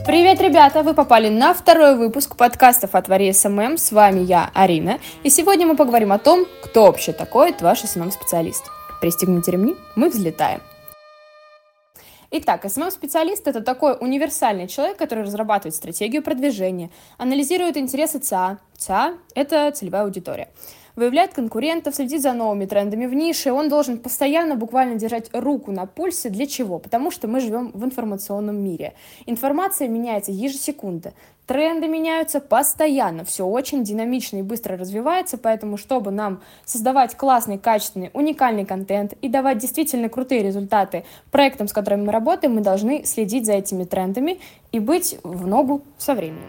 Привет, ребята! Вы попали на второй выпуск подкастов «Отвори СММ». С вами я, Арина. И сегодня мы поговорим о том, кто вообще такой ваш СММ-специалист. Пристегните ремни, мы взлетаем. Итак, СММ-специалист – это такой универсальный человек, который разрабатывает стратегию продвижения, анализирует интересы ЦА. ЦА – это целевая аудитория. Выявляет конкурентов, следит за новыми трендами в нише. Он должен постоянно буквально держать руку на пульсе. Для чего? Потому что мы живем в информационном мире. Информация меняется ежесекунда. Тренды меняются постоянно. Все очень динамично и быстро развивается. Поэтому, чтобы нам создавать классный, качественный, уникальный контент и давать действительно крутые результаты проектам, с которыми мы работаем, мы должны следить за этими трендами и быть в ногу со временем.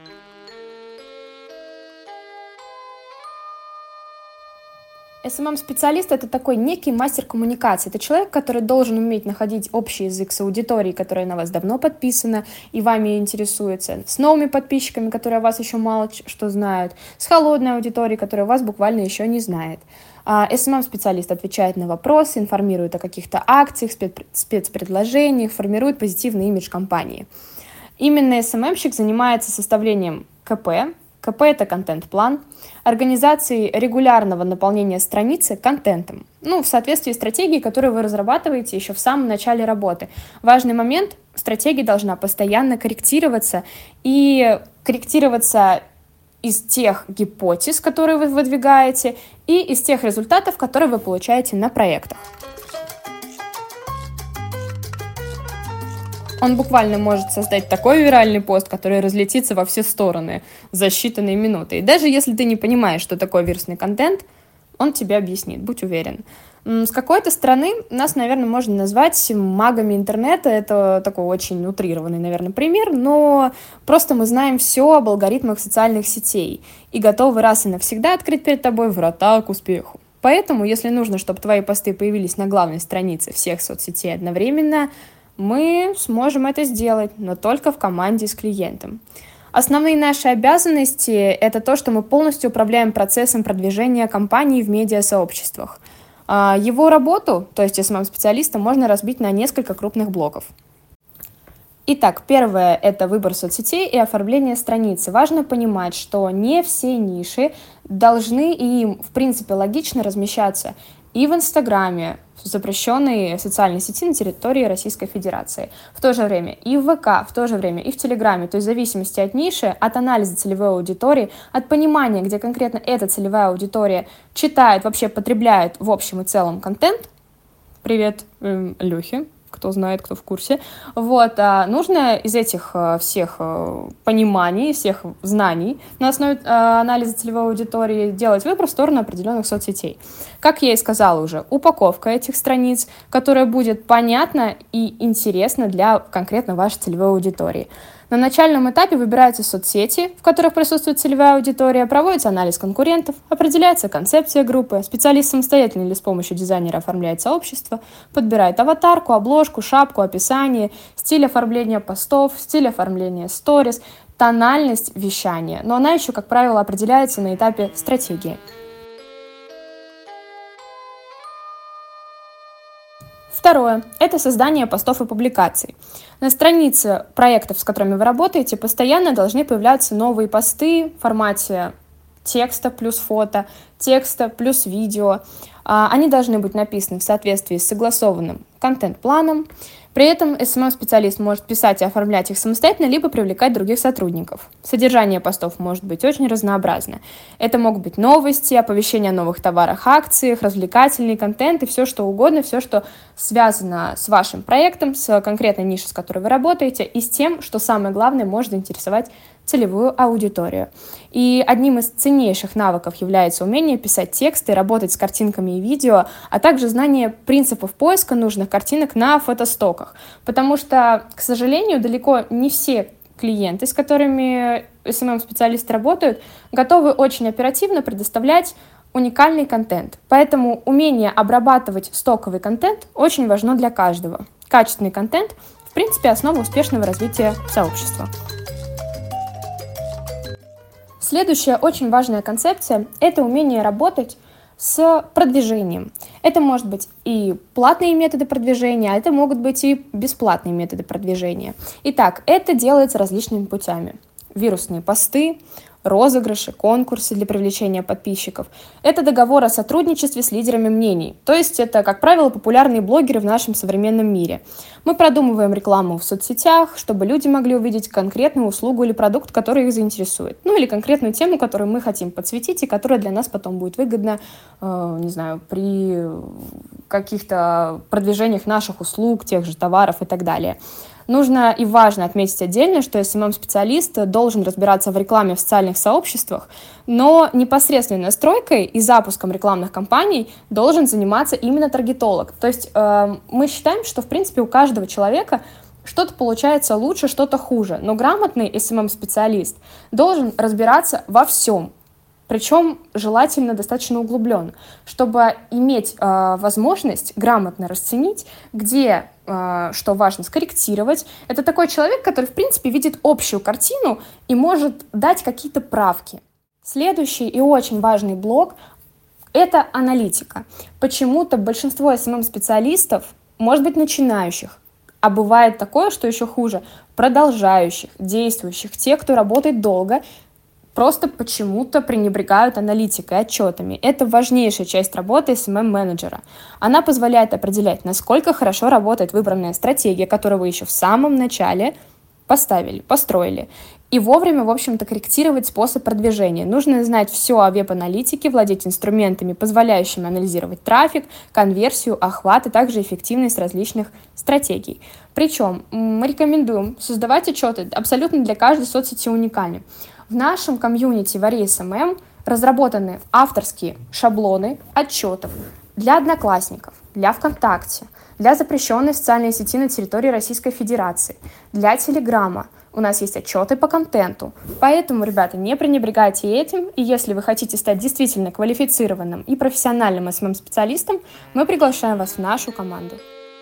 СММ-специалист – это такой некий мастер коммуникации. Это человек, который должен уметь находить общий язык с аудиторией, которая на вас давно подписана и вами интересуется, с новыми подписчиками, которые о вас еще мало что знают, с холодной аудиторией, которая вас буквально еще не знает. СММ-специалист отвечает на вопросы, информирует о каких-то акциях, спецпредложениях, формирует позитивный имидж компании. Именно СММщик занимается составлением КП. КП – это контент-план, организацией регулярного наполнения страницы контентом, в соответствии с стратегией, которую вы разрабатываете еще в самом начале работы. Важный момент – стратегия должна постоянно корректироваться из тех гипотез, которые вы выдвигаете, и из тех результатов, которые вы получаете на проектах. Он буквально может создать такой виральный пост, который разлетится во все стороны за считанные минуты. И даже если ты не понимаешь, что такое вирусный контент, он тебе объяснит, будь уверен. С какой-то стороны нас, наверное, можно назвать магами интернета. Это такой очень утрированный, наверное, пример, но просто мы знаем все об алгоритмах социальных сетей и готовы раз и навсегда открыть перед тобой врата к успеху. Поэтому, если нужно, чтобы твои посты появились на главной странице всех соцсетей одновременно, мы сможем это сделать, но только в команде с клиентом. Основные наши обязанности – это то, что мы полностью управляем процессом продвижения компании в медиасообществах. Его работу, то есть СММ-специалиста, можно разбить на несколько крупных блоков. Итак, первое – это выбор соцсетей и оформление страницы. Важно понимать, что не все ниши должны и, в принципе, логично размещаться и в Инстаграме, в запрещенной социальной сети на территории Российской Федерации. В то же время и в ВК, в то же время и в Телеграме. То есть в зависимости от ниши, от анализа целевой аудитории, от понимания, где конкретно эта целевая аудитория читает, вообще потребляет в общем и целом контент. Привет, Лехе. Кто знает, кто в курсе. Нужно из этих всех пониманий, всех знаний на основе анализа целевой аудитории делать выбор в сторону определенных соцсетей. Как я и сказала уже, упаковка этих страниц, которая будет понятна и интересна для конкретно вашей целевой аудитории. На начальном этапе выбираются соцсети, в которых присутствует целевая аудитория, проводится анализ конкурентов, определяется концепция группы, специалист самостоятельно или с помощью дизайнера оформляет сообщество, подбирает аватарку, обложку, шапку, описание, стиль оформления постов, стиль оформления сторис, тональность вещания. Но она еще, как правило, определяется на этапе стратегии. Второе – это создание постов и публикаций. На странице проектов, с которыми вы работаете, постоянно должны появляться новые посты в формате текста плюс фото, текста плюс видео. Они должны быть написаны в соответствии с согласованным контент-планом. При этом СММ-специалист может писать и оформлять их самостоятельно, либо привлекать других сотрудников. Содержание постов может быть очень разнообразно. Это могут быть новости, оповещения о новых товарах, акциях, развлекательный контент и все что угодно, все, что связано с вашим проектом, с конкретной нишей, с которой вы работаете, и с тем, что самое главное может заинтересовать целевую аудиторию. И одним из ценнейших навыков является умение писать тексты, работать с картинками и видео, а также знание принципов поиска нужных картинок на фотостоках. Потому что, к сожалению, далеко не все клиенты, с которыми СММ-специалисты работают, готовы очень оперативно предоставлять уникальный контент. Поэтому умение обрабатывать стоковый контент очень важно для каждого. Качественный контент, в принципе, основа успешного развития сообщества. Следующая очень важная концепция – это умение работать с продвижением. Это может быть и платные методы продвижения, а это могут быть и бесплатные методы продвижения. Итак, это делается различными путями. Вирусные посты, розыгрыши, конкурсы для привлечения подписчиков. Это договор о сотрудничестве с лидерами мнений. То есть это, как правило, популярные блогеры в нашем современном мире. Мы продумываем рекламу в соцсетях, чтобы люди могли увидеть конкретную услугу или продукт, который их заинтересует. Ну или конкретную тему, которую мы хотим подсветить и которая для нас потом будет выгодна, при каких-то продвижениях наших услуг, тех же товаров и так далее. Нужно и важно отметить отдельно, что SMM-специалист должен разбираться в рекламе в социальных сообществах, но непосредственной настройкой и запуском рекламных кампаний должен заниматься именно таргетолог. То есть мы считаем, что в принципе у каждого человека что-то получается лучше, что-то хуже, но грамотный SMM-специалист должен разбираться во всем. Причем желательно достаточно углубленно, чтобы иметь возможность грамотно расценить, где, что важно, скорректировать. Это такой человек, который, в принципе, видит общую картину и может дать какие-то правки. Следующий и очень важный блок – это аналитика. Почему-то большинство SMM-специалистов, может быть, начинающих, а бывает такое, что еще хуже, продолжающих, действующих, те, кто работает долго, просто почему-то пренебрегают аналитикой, отчетами. Это важнейшая часть работы SMM-менеджера. Она позволяет определять, насколько хорошо работает выбранная стратегия, которую вы еще в самом начале поставили, построили. И вовремя, в общем-то, корректировать способ продвижения. Нужно знать все о веб-аналитике, владеть инструментами, позволяющими анализировать трафик, конверсию, охват, а также эффективность различных стратегий. Причем мы рекомендуем создавать отчеты абсолютно для каждой соцсети уникальны. В нашем комьюнити в Арии СММ разработаны авторские шаблоны отчетов для Одноклассников, для ВКонтакте, для запрещенной социальной сети на территории Российской Федерации, для Телеграма. У нас есть отчеты по контенту. Поэтому, ребята, не пренебрегайте этим. И если вы хотите стать действительно квалифицированным и профессиональным SMM-специалистом, мы приглашаем вас в нашу команду.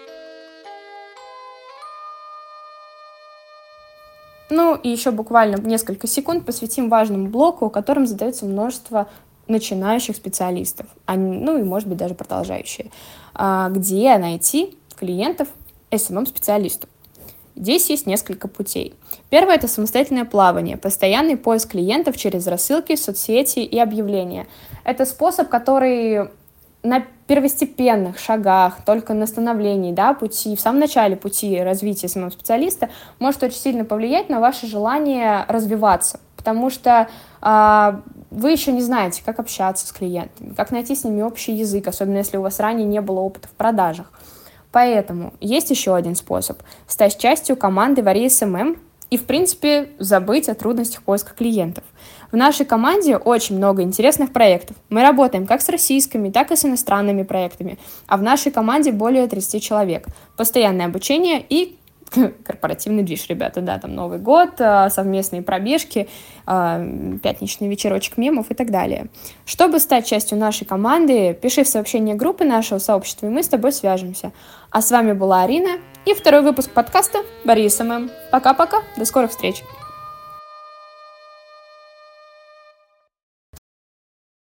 Ну и еще буквально несколько секунд посвятим важному блоку, о котором задается множество начинающих специалистов, и, может быть, даже продолжающие. Где найти клиентов SMM-специалисту? Здесь есть несколько путей. Первое – это самостоятельное плавание, постоянный поиск клиентов через рассылки, соцсети и объявления. Это способ, который на первостепенных шагах, только на становлении пути, в самом начале пути развития самого специалиста может очень сильно повлиять на ваше желание развиваться, потому что вы еще не знаете, как общаться с клиентами, как найти с ними общий язык, особенно если у вас ранее не было опыта в продажах. Поэтому есть еще один способ – стать частью команды в Арии СММ и, в принципе, забыть о трудностях поиска клиентов. В нашей команде очень много интересных проектов. Мы работаем как с российскими, так и с иностранными проектами, а в нашей команде более 30 человек. Постоянное обучение и корпоративный движ, ребята, там Новый год, совместные пробежки, пятничный вечерочек мемов и так далее. Чтобы стать частью нашей команды, пиши в сообщение группы нашего сообщества, и мы с тобой свяжемся. А с вами была Арина и второй выпуск подкаста «Бори СММ». Пока-пока, до скорых встреч!